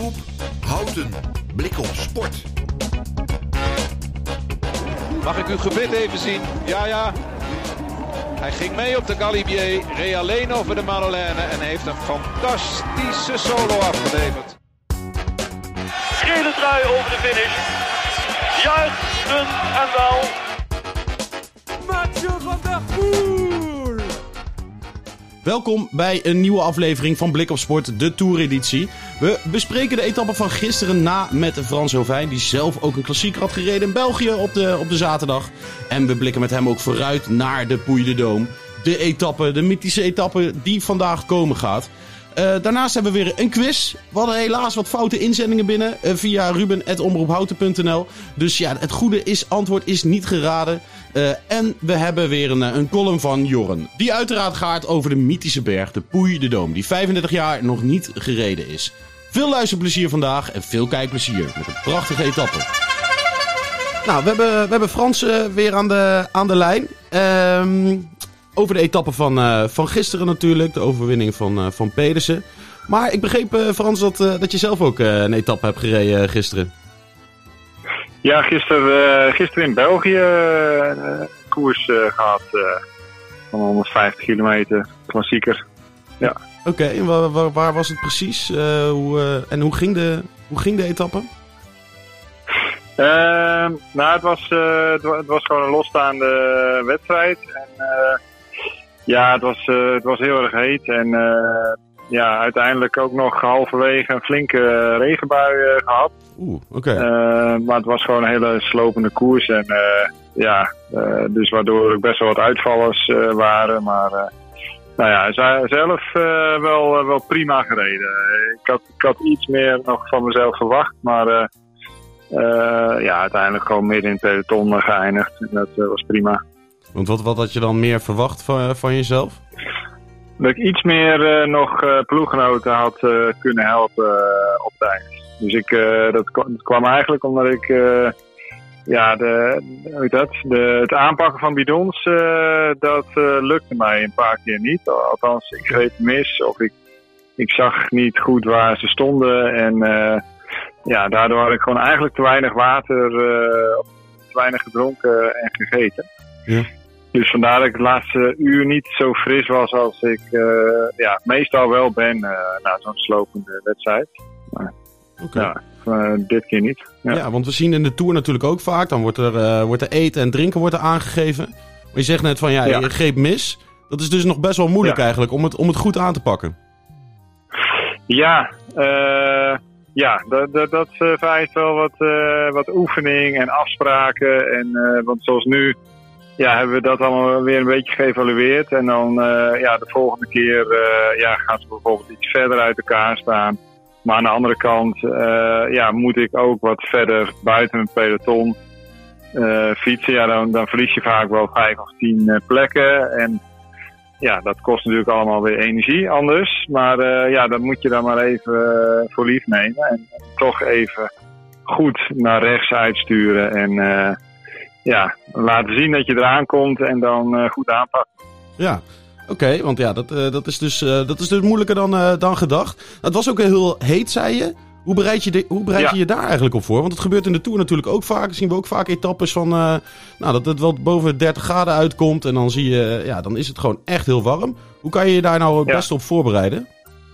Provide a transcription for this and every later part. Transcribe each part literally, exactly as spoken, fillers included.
Omroep Houten. Blik op sport. Mag ik uw gebit even zien? Ja, ja. Hij ging mee op de Galibier, reed alleen over de Madeleine en heeft een fantastische solo afgeleverd. Gele trui over de finish. Juichen en wel. Mathieu van der Poel. Welkom bij een nieuwe aflevering van Blik op Sport, de Tour-editie. We bespreken de etappe van gisteren na met Frans Hovijn, die zelf ook een klassieker had gereden in België op de, op de zaterdag. En we blikken met hem ook vooruit naar de Puy de Dôme. De etappe, de mythische etappe die vandaag komen gaat. Uh, daarnaast hebben we weer een quiz. We hadden helaas wat foute inzendingen binnen uh, via ruben at omroephouten punt n l. Dus ja, het goede is, antwoord is niet geraden. Uh, en we hebben weer een, een column van Jorren. Die uiteraard gaat over de mythische berg, de Puy de Dôme. Die vijfendertig jaar nog niet gereden is. Veel luisterplezier vandaag en veel kijkplezier met een prachtige etappe. Nou, we hebben, we hebben Frans uh, weer aan de, aan de lijn. Um, over de etappe van, uh, van gisteren natuurlijk. De overwinning van, uh, van Pedersen. Maar ik begreep, uh, Frans, dat, uh, dat je zelf ook uh, een etappe hebt gereden uh, gisteren. Ja, gisteren, uh, gisteren in België uh, een koers uh, gehad uh, van honderdvijftig kilometer, klassieker. Ja. Oké, okay, en waar, waar, waar was het precies? Uh, hoe, uh, en hoe ging de, hoe ging de etappe? Uh, nou, het was, uh, het, was, het was gewoon een losstaande wedstrijd. En, uh, ja, het was, uh, het was heel erg heet. En uh, ja, uiteindelijk ook nog halverwege een flinke regenbui uh, gehad. Oeh, oké. Okay. Uh, maar het was gewoon een hele slopende koers. En uh, ja, uh, dus waardoor er best wel wat uitvallers uh, waren. Maar uh, nou ja, zelf uh, wel, uh, wel prima gereden. Ik had, ik had iets meer nog van mezelf verwacht. Maar uh, uh, ja, uiteindelijk gewoon midden in het peloton geëindigd. En dat uh, was prima. Want wat, wat had je dan meer verwacht van, van jezelf? Dat ik iets meer uh, nog uh, ploeggenoten had uh, kunnen helpen uh, op het eind. Dus ik, uh, dat, kwam, dat kwam eigenlijk omdat ik uh, ja, de, hoe heet dat? De, het aanpakken van bidons, uh, dat uh, lukte mij een paar keer niet. Althans, ik greep mis of ik, ik zag niet goed waar ze stonden. En uh, ja, daardoor had ik gewoon eigenlijk te weinig water, uh, te weinig gedronken en gegeten. Ja. Dus vandaar dat ik het laatste uur niet zo fris was als ik uh, ja, meestal wel ben uh, na zo'n slopende wedstrijd. Maar okay. ja, uh, dit keer niet. Ja. ja, want we zien in de Tour natuurlijk ook vaak, dan wordt er, uh, wordt er eten en drinken wordt er aangegeven. Maar je zegt net van ja, ja. je greep mis. Dat is dus nog best wel moeilijk ja. eigenlijk om het, om het goed aan te pakken. Ja, uh, ja dat, dat, dat uh, vereist wel wat, uh, wat oefening en afspraken. En, uh, want zoals nu ja, hebben we dat allemaal weer een beetje geëvalueerd. En dan uh, ja, de volgende keer uh, ja, gaan ze bijvoorbeeld iets verder uit elkaar staan. Maar aan de andere kant uh, ja, moet ik ook wat verder buiten het peloton uh, fietsen. Ja, dan, dan verlies je vaak wel vijf of tien uh, plekken. En ja, dat kost natuurlijk allemaal weer energie anders. Maar uh, ja, dat moet je dan maar even uh, voor lief nemen. En, en toch even goed naar rechts uitsturen. En uh, ja, laten zien dat je eraan komt en dan uh, goed aanpakken. Ja. Oké, okay, want ja, dat, uh, dat, is dus, uh, dat is dus moeilijker dan, uh, dan gedacht. Het was ook heel heet, zei je. Hoe bereid je, de, hoe, bereid je ja. je daar eigenlijk op voor? Want het gebeurt in de Tour natuurlijk ook vaak. Dan zien we ook vaak etappes van uh, nou, dat het wel boven dertig graden uitkomt. En dan zie je, uh, ja, dan is het gewoon echt heel warm. Hoe kan je je daar nou het ja. beste op voorbereiden?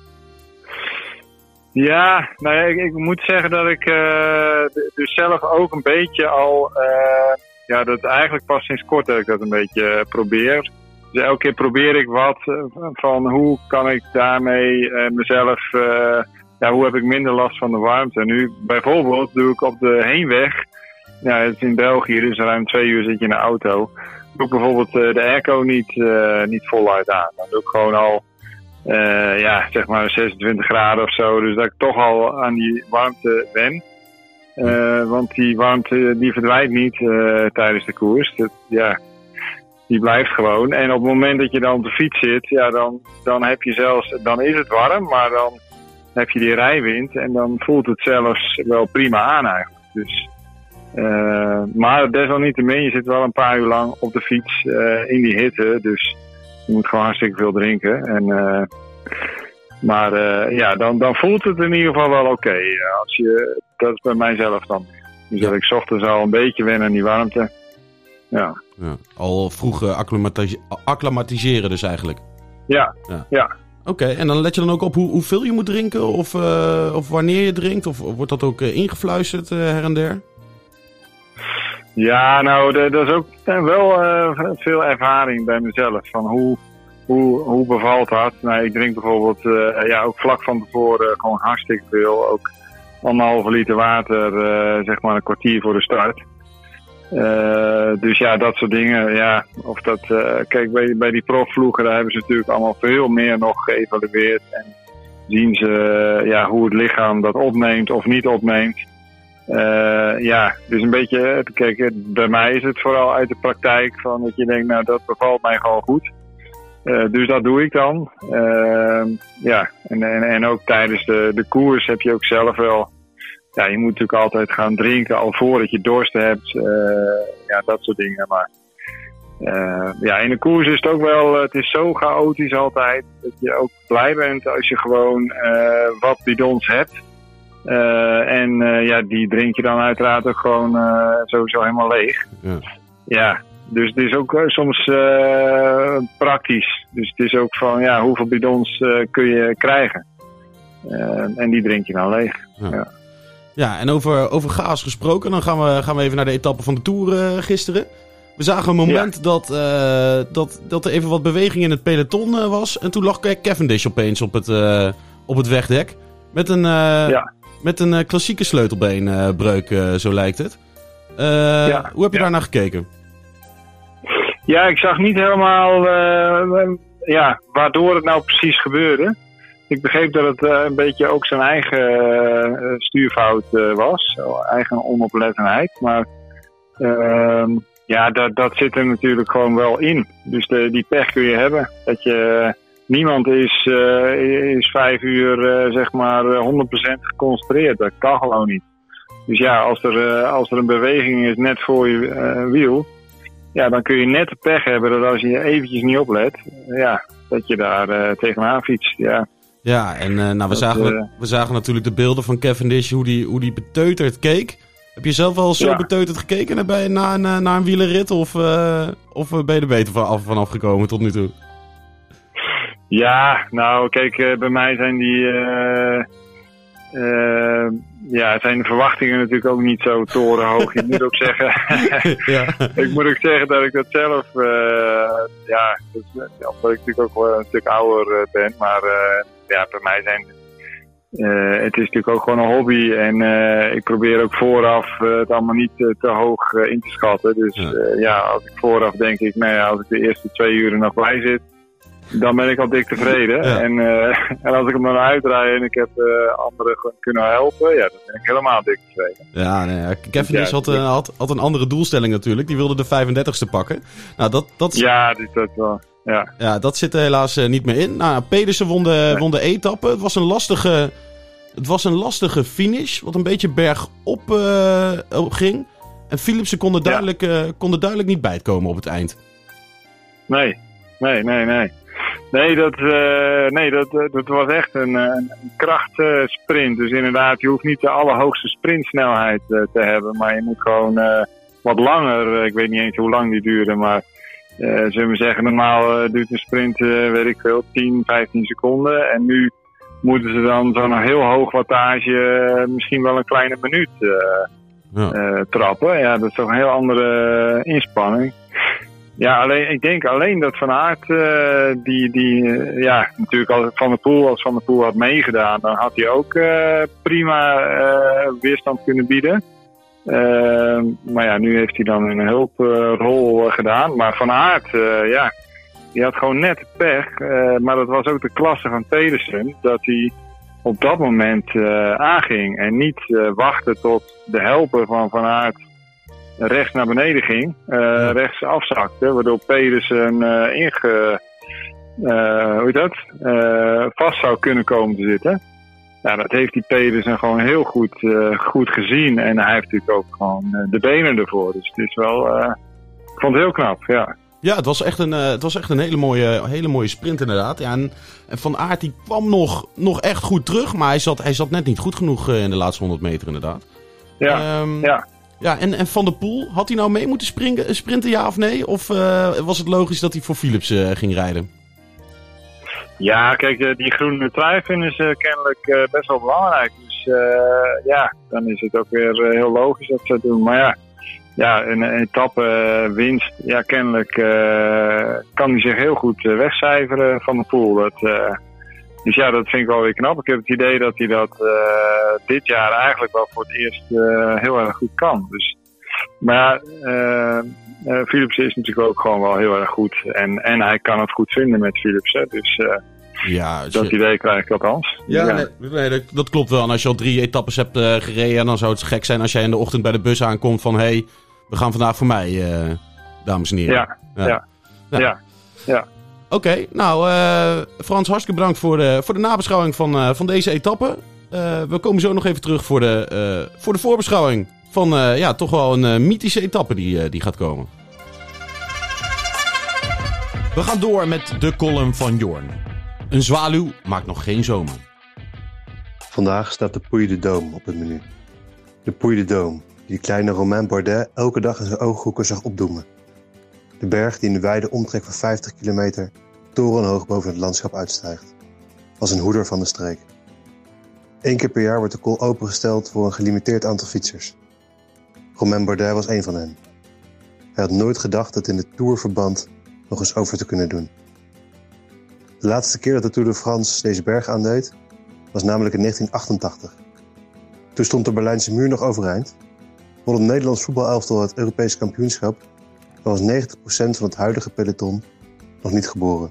Ja, nou ja, ik, ik moet zeggen dat ik uh, dus zelf ook een beetje al... Uh, ja, dat eigenlijk pas sinds kort dat ik dat een beetje uh, probeer. Dus elke keer probeer ik wat van hoe kan ik daarmee uh, mezelf, uh, ja, hoe heb ik minder last van de warmte. Nu bijvoorbeeld doe ik op de heenweg, ja, het is in België, dus ruim twee uur zit je in de auto. Doe ik bijvoorbeeld uh, de airco niet, uh, niet voluit aan. Dan doe ik gewoon al, uh, ja, zeg maar zesentwintig graden of zo. Dus dat ik toch al aan die warmte ben. Uh, want die warmte die verdwijnt niet uh, tijdens de koers. Dat, ja... Die blijft gewoon. En op het moment dat je dan op de fiets zit, ja, dan, dan heb je zelfs, dan is het warm, maar dan heb je die rijwind en dan voelt het zelfs wel prima aan eigenlijk. Dus, uh, maar desalniettemin, je zit wel een paar uur lang op de fiets uh, in die hitte, dus je moet gewoon hartstikke veel drinken. En uh, Maar uh, ja, dan, dan voelt het in ieder geval wel oké. Okay. Als je, dat is bij mijzelf dan. Dus dat ik 's ochtends al een beetje wen aan die warmte. Ja. Ja, al vroeg uh, acclimatis- acclimatiseren dus eigenlijk. Ja, ja. ja. Oké, okay, en dan let je dan ook op hoe, hoeveel je moet drinken of, uh, of wanneer je drinkt? Of wordt dat ook uh, ingefluisterd uh, her en der? Ja, nou, de, dat is ook wel uh, veel ervaring bij mezelf. Van hoe, hoe, hoe bevalt dat? Nou, ik drink bijvoorbeeld uh, ja, ook vlak van tevoren uh, gewoon hartstikke veel. Ook anderhalve liter water, uh, zeg maar een kwartier voor de start. Uh, dus ja, dat soort dingen. Ja, of dat, uh, kijk, bij, bij die profvloegen, daar hebben ze natuurlijk allemaal veel meer nog geëvalueerd. En zien ze uh, ja, hoe het lichaam dat opneemt of niet opneemt. Uh, ja, dus een beetje, kijk, bij mij is het vooral uit de praktijk van dat je denkt, nou dat bevalt mij gewoon goed. Uh, dus dat doe ik dan. Uh, ja, en, en, en ook tijdens de, de koers heb je ook zelf wel, ja, je moet natuurlijk altijd gaan drinken al voordat je dorst hebt. Uh, ja, dat soort dingen. Maar uh, ja, in de koers is het ook wel, het is zo chaotisch altijd, dat je ook blij bent als je gewoon uh, wat bidons hebt. Uh, en uh, ja, die drink je dan uiteraard ook gewoon uh, sowieso helemaal leeg. Ja. Ja, dus het is ook uh, soms uh, praktisch. Dus het is ook van, ja, hoeveel bidons uh, kun je krijgen? Uh, en die drink je dan leeg. Ja, ja. Ja, en over, over chaos gesproken, dan gaan we, gaan we even naar de etappe van de Tour uh, gisteren. We zagen een moment ja. dat, uh, dat, dat er even wat beweging in het peloton uh, was. En toen lag Cavendish opeens op het, uh, op het wegdek. Met een... Uh, ja. Met een uh, klassieke sleutelbeenbreuk, uh, zo lijkt het. Uh, ja, hoe heb je ja. daar naar gekeken? Ja, ik zag niet helemaal uh, ja, waardoor het nou precies gebeurde. Ik begreep dat het uh, een beetje ook zijn eigen uh, stuurfout uh, was. Eigen onoplettendheid. Maar uh, ja, dat, dat zit er natuurlijk gewoon wel in. Dus de, die pech kun je hebben. Dat je... Uh, Niemand is, uh, is vijf uur uh, zeg maar honderd procent geconcentreerd. Dat kan gewoon niet. Dus ja, als er, uh, als er een beweging is net voor je uh, wiel, ja, dan kun je net de pech hebben dat als je eventjes niet oplet, ja, dat je daar uh, tegenaan fietst. Ja, ja en uh, nou, we, dat, zagen, uh, we zagen natuurlijk de beelden van Cavendish, hoe die, hoe die beteuterd keek. Heb je zelf wel zo ja. beteuterd gekeken naar, bij, na, na, na een wielerrit of, uh, of ben je er beter vanaf, vanaf gekomen tot nu toe? Ja, nou kijk, uh, bij mij zijn die, uh, uh, ja, zijn de verwachtingen natuurlijk ook niet zo torenhoog. Ik moet ook zeggen, ja. ik moet ook zeggen dat ik dat zelf, uh, ja, dat, ja, omdat ik natuurlijk ook wel een stuk ouder uh, ben, maar uh, ja, bij mij zijn, uh, het is natuurlijk ook gewoon een hobby en uh, ik probeer ook vooraf uh, het allemaal niet uh, te hoog uh, in te schatten. Dus ja. Uh, ja, als ik vooraf denk ik, nou ja, als ik de eerste twee uren nog bij zit, dan ben ik al dik tevreden. Ja. En, uh, en als ik hem dan uitdraai en ik heb uh, anderen kunnen helpen, ja, dan ben ik helemaal dik tevreden. Ja, nee, Cavendish ja, had, uh, had, had een andere doelstelling natuurlijk. Die wilde de vijfendertigste pakken. Nou, dat, dat... Ja, die, dat wel. Ja. ja, dat zit er helaas uh, niet meer in. Nou, Pedersen won de, nee. won de etappe. Het was een lastige, het was een lastige finish, wat een beetje bergop uh, ging. En Philipsen kon er duidelijk, ja. uh, kon er duidelijk niet bij het komen op het eind. Nee, nee, nee, nee. Nee, dat, uh, nee dat, dat was echt een, een krachtsprint. Dus inderdaad, je hoeft niet de allerhoogste sprintsnelheid uh, te hebben. Maar je moet gewoon uh, wat langer, uh, ik weet niet eens hoe lang die duurde. Maar uh, zullen we zeggen, normaal uh, duurt een sprint, uh, weet ik veel, tien, vijftien seconden. En nu moeten ze dan zo'n heel hoog wattage, uh, misschien wel een kleine minuut uh, ja. uh, trappen. Ja, dat is toch een heel andere uh, inspanning. Ja, alleen, ik denk alleen dat Van Aert, uh, die, die uh, ja, natuurlijk als Van der Poel, als Van der Poel had meegedaan, dan had hij ook uh, prima uh, weerstand kunnen bieden. Uh, maar ja, nu heeft hij dan een hulprol uh, gedaan. Maar Van Aert, uh, ja, die had gewoon net pech. Uh, maar dat was ook de klasse van Pedersen, dat hij op dat moment uh, aanging en niet uh, wachtte tot de helper van Van Aert rechts naar beneden ging, uh, ja. rechts afzakte, waardoor Pedersen uh, inge, uh, hoe heet dat? Uh, vast zou kunnen komen te zitten. Ja, dat heeft die Pedersen gewoon heel goed, uh, goed gezien en hij heeft natuurlijk ook gewoon uh, de benen ervoor. Dus het is wel, uh, ik vond het heel knap, ja. Ja, het was echt een, uh, het was echt een hele, mooie, hele mooie sprint inderdaad. Ja, en, en Van Aert die kwam nog, nog echt goed terug, maar hij zat, hij zat net niet goed genoeg uh, in de laatste honderd meter inderdaad. Ja, um, ja. Ja, en, en Van der Poel, had hij nou mee moeten springen, sprinten, ja of nee? Of uh, was het logisch dat hij voor Philips uh, ging rijden? Ja, kijk, uh, die groene trui vinden ze kennelijk uh, best wel belangrijk. Dus uh, ja, dan is het ook weer uh, heel logisch dat ze dat doen. Maar ja, ja een, een etappe uh, winst, ja, kennelijk uh, kan hij zich heel goed uh, wegcijferen van de Poel. Dat, uh, dus ja, dat vind ik wel weer knap. Ik heb het idee dat hij dat uh, dit jaar eigenlijk wel voor het eerst uh, heel erg goed kan. Dus, maar uh, uh, Philips is natuurlijk ook gewoon wel heel erg goed. En, en hij kan het goed vinden met Philips. Hè. Dus uh, ja, dat je... idee krijg ik althans. Ja, ja. Nee, nee, dat, dat klopt wel. En als je al drie etappes hebt uh, gereden, dan zou het gek zijn als jij in de ochtend bij de bus aankomt van... hé, hey, we gaan vandaag voor mij, uh, dames en heren. Ja, ja, ja. ja. ja. ja. Oké, okay, nou uh, Frans, hartstikke bedankt voor de, voor de nabeschouwing van, uh, van deze etappe. Uh, we komen zo nog even terug voor de, uh, voor de voorbeschouwing van uh, ja, toch wel een uh, mythische etappe die, uh, die gaat komen. We gaan door met de column van Jorn. Een zwaluw maakt nog geen zomer. Vandaag staat de Puy de Dôme op het menu. De Puy de Dôme, die de kleine Romain Bardet elke dag in zijn ooghoeken zag opdoemen. De berg die in de wijde omtrek van vijftig kilometer torenhoog boven het landschap uitstijgt. Als een hoeder van de streek. Eén keer per jaar wordt de col opengesteld voor een gelimiteerd aantal fietsers. Romain Bardet was één van hen. Hij had nooit gedacht het in het Tourverband nog eens over te kunnen doen. De laatste keer dat de Tour de France deze berg aandeed, was namelijk in negentien achtentachtig. Toen stond de Berlijnse muur nog overeind, won het Nederlands voetbalelftal het Europees kampioenschap en was negentig procent van het huidige peloton nog niet geboren.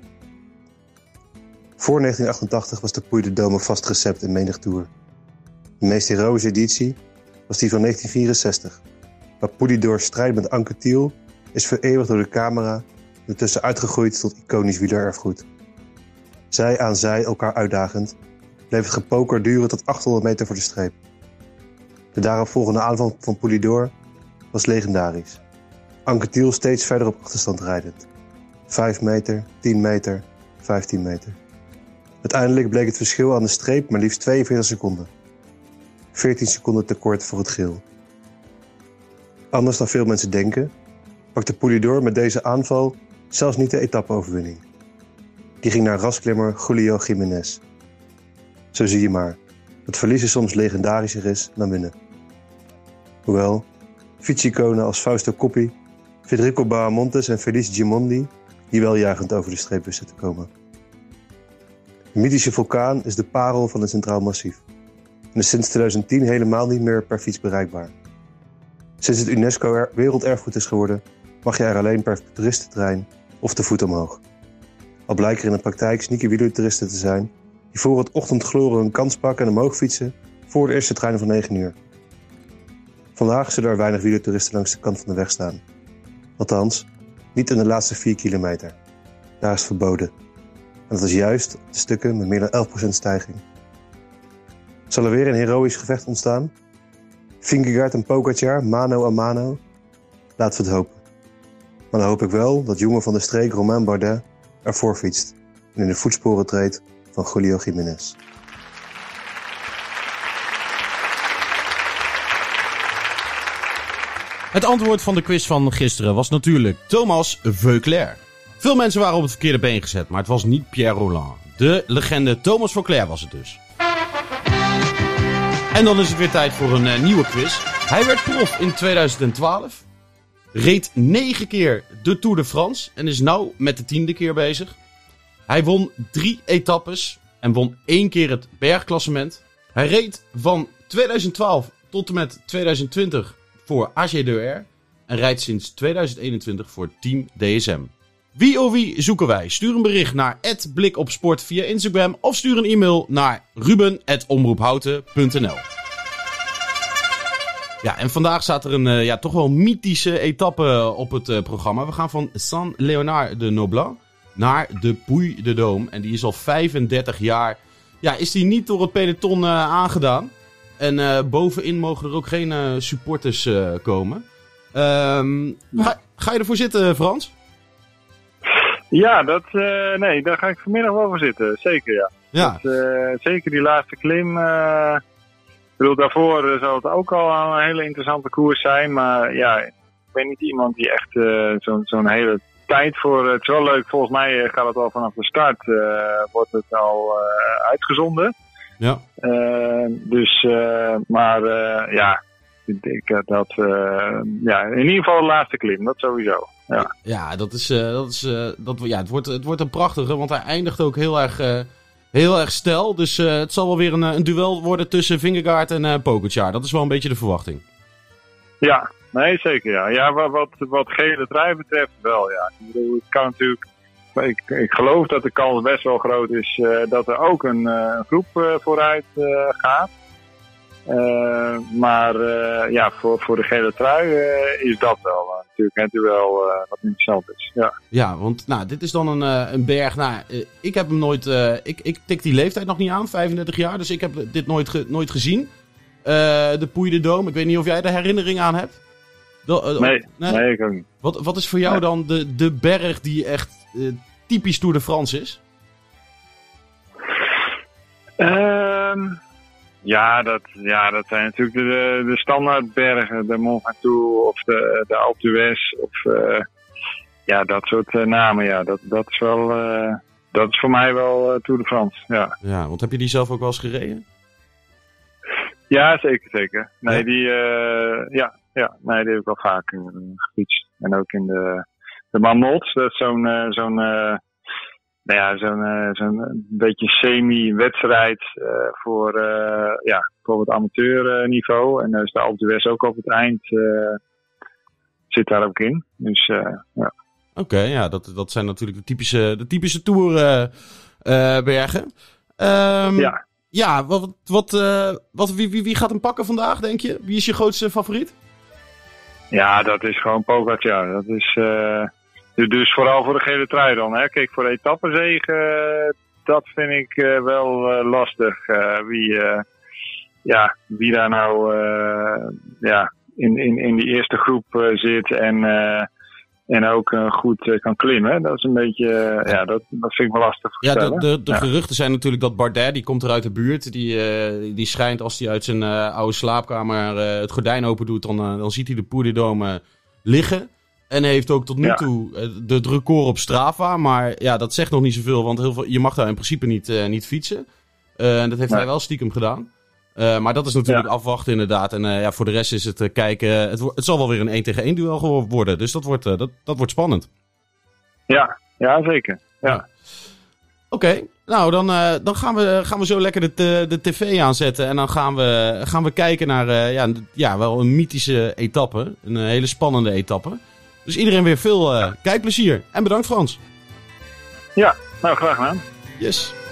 Voor negentien achtentachtig was de Puy de Dôme een vast recept in menig Tour. De meest heroïsche editie was die van negentien vierenzestig, waar Poulidor's strijd met Anke Thiel is vereeuwigd door de camera en intussen uitgegroeid tot iconisch wielererfgoed. Zij aan zij elkaar uitdagend, bleef het gepoker duren tot achthonderd meter voor de streep. De daaropvolgende aanval van Poulidor was legendarisch. Anke Thiel steeds verder op achterstand rijdend. vijf meter, tien meter, vijftien meter. Uiteindelijk bleek het verschil aan de streep maar liefst tweeënveertig seconden. veertien seconden tekort voor het geel. Anders dan veel mensen denken, pakte Poulidor met deze aanval zelfs niet de etappe-overwinning. Die ging naar rasklimmer Julio Jiménez. Zo zie je maar, dat verliezen soms legendarischer is dan winnen. Hoewel, fiets-iconen als Fausto Coppi, Federico Bahamontes en Felice Gimondi hier wel juichend over de streep wisten te komen. De mythische vulkaan is de parel van het Centraal Massief en is sinds tweeduizend tien helemaal niet meer per fiets bereikbaar. Sinds het UNESCO werelderfgoed is geworden, mag je er alleen per toeristentrein of te voet omhoog. Al blijken er in de praktijk sneaky wielertoeristen te zijn die voor het ochtendgloren hun kans pakken en omhoog fietsen voor de eerste trein van negen uur. Vandaag zullen er weinig wielertoeristen langs de kant van de weg staan. Althans, niet in de laatste vier kilometer. Daar is het verboden. En dat is juist op de stukken met meer dan elf procent stijging. Zal er weer een heroïsch gevecht ontstaan? Vingegaard en Pogačar, mano a mano? Laten we het hopen. Maar dan hoop ik wel dat jongen van de streek Romain Bardet ervoor fietst en in de voetsporen treedt van Julio Jiménez. Het antwoord van de quiz van gisteren was natuurlijk Thomas Voeckler. Veel mensen waren op het verkeerde been gezet, maar het was niet Pierre Rolland. De legende Thomas Voeckler was het dus. En dan is het weer tijd voor een uh, nieuwe quiz. Hij werd prof in tweeduizend twaalf. Reed negen keer de Tour de France en is nu met de tiende keer bezig. Hij won drie etappes en won één keer het bergklassement. Hij reed van tweeduizend twaalf tot en met tweeduizend twintig voor A G deux R en rijdt sinds tweeduizend eenentwintig voor Team D S M. Wie of wie zoeken wij? Stuur een bericht naar at blikopsport via Instagram of stuur een e-mail naar ruben at omroephouten punt n l. Ja, en vandaag staat er een uh, ja, toch wel mythische etappe op het uh, programma. We gaan van Saint-Léonard-de-Noblat naar de Puy de Dôme. En die is al vijfendertig jaar, ja, is die niet door het peloton uh, aangedaan. En uh, bovenin mogen er ook geen uh, supporters uh, komen. Um, ga, ga je ervoor zitten, Frans? Ja, dat, uh, nee, daar ga ik vanmiddag wel voor zitten. Zeker, ja. Ja. Dat, uh, zeker die laatste klim. Uh, ik bedoel, daarvoor uh, zal het ook al een hele interessante koers zijn. Maar ja, ik ben niet iemand die echt uh, zo'n, zo'n hele tijd voor... Uh, het is wel leuk, volgens mij uh, gaat het al vanaf de start. Uh, wordt het al uh, uitgezonden. Ja. Uh, dus, uh, maar uh, ja, ik denk dat... Uh, ja, in ieder geval de laatste klim, dat sowieso. Ja, ja dat is... Uh, dat is uh, dat, ja, het, wordt, het wordt een prachtige, want hij eindigt ook heel erg... Uh, Heel erg stijl, dus uh, het zal wel weer een, een duel worden tussen Vingegaard en uh, Pogačar. Dat is wel een beetje de verwachting. Ja, nee zeker ja. Ja, wat, wat, wat gele trui betreft wel ja. Ik bedoel, het kan natuurlijk, ik, ik geloof dat de kans best wel groot is uh, dat er ook een uh, groep uh, vooruit uh, gaat. Uh, maar uh, ja, voor, voor de gele trui uh, is dat wel uh, natuurlijk het duel uh, wat interessant is. Ja, ja want nou, dit is dan een, uh, een berg. Nou, uh, ik heb hem nooit. Uh, ik, ik tik die leeftijd nog niet aan, vijfendertig jaar. Dus ik heb dit nooit, ge, nooit gezien. Uh, de Puy de Dôme. Ik weet niet of jij er herinnering aan hebt. Do, uh, nee, nee, nee, ik ook niet. Wat, wat is voor jou nee. dan de, de berg die echt uh, typisch Tour de France is? Um... Ja, dat, ja, dat zijn natuurlijk de, de standaardbergen, de Mont Ventoux of de, de Alpe d'Huez of uh, ja, dat soort uh, namen. Ja, dat, dat is wel, uh, dat is voor mij wel uh, Tour de France. Ja. Ja, want heb je die zelf ook wel eens gereden? Ja, zeker, zeker. Nee, ja. die, uh, ja, ja, nee, die heb ik wel vaak uh, gefietst. En ook in de, de Marmot, dat is zo'n, uh, zo'n uh, Nou ja, zo'n, uh, zo'n beetje semi-wedstrijd uh, voor, uh, ja, voor het amateurniveau. En dan is de Alpe d'Huez ook op het eind uh, zit daar ook in. Dus uh, ja. Oké, okay, ja, dat, dat zijn natuurlijk de typische, de typische Tour-bergen. Uh, uh, um, ja. Ja, wat, wat, uh, wat, wie, wie, wie gaat hem pakken vandaag, denk je? Wie is je grootste favoriet? Ja, dat is gewoon Pogačar. Dat is... Uh, Dus vooral voor de gele trui dan. Hè. Kijk, voor de etappenzege, dat vind ik uh, wel uh, lastig. Uh, wie, uh, ja, wie daar nou uh, ja, in, in, in die eerste groep uh, zit en, uh, en ook uh, goed uh, kan klimmen. Dat is een beetje, uh, ja, dat, dat vind ik wel lastig te vertellen. Ja, de, de, de ja. geruchten zijn natuurlijk dat Bardet, die komt er uit de buurt. Die, uh, die schijnt als hij uit zijn uh, oude slaapkamer uh, het gordijn open doet, dan, uh, dan ziet hij de Puy de Dôme uh, liggen. En heeft ook tot nu ja. toe de, het record op Strava. Maar ja, dat zegt nog niet zoveel. Want heel veel, je mag daar in principe niet, uh, niet fietsen. Uh, en dat heeft nee. hij wel stiekem gedaan. Uh, maar dat is natuurlijk ja. afwachten inderdaad. En uh, ja, voor de rest is het uh, kijken. Het, het zal wel weer een één tegen één duel worden. Dus dat wordt, uh, dat, dat wordt spannend. Ja, ja zeker. Ja. ja. Oké, okay. nou dan, uh, dan gaan, we, gaan we zo lekker de, de, de tv aanzetten. En dan gaan we, gaan we kijken naar uh, ja, ja, wel een mythische etappe. Een uh, hele spannende etappe. Dus iedereen weer veel uh, kijkplezier. En bedankt Frans. Ja, nou graag gedaan. Yes.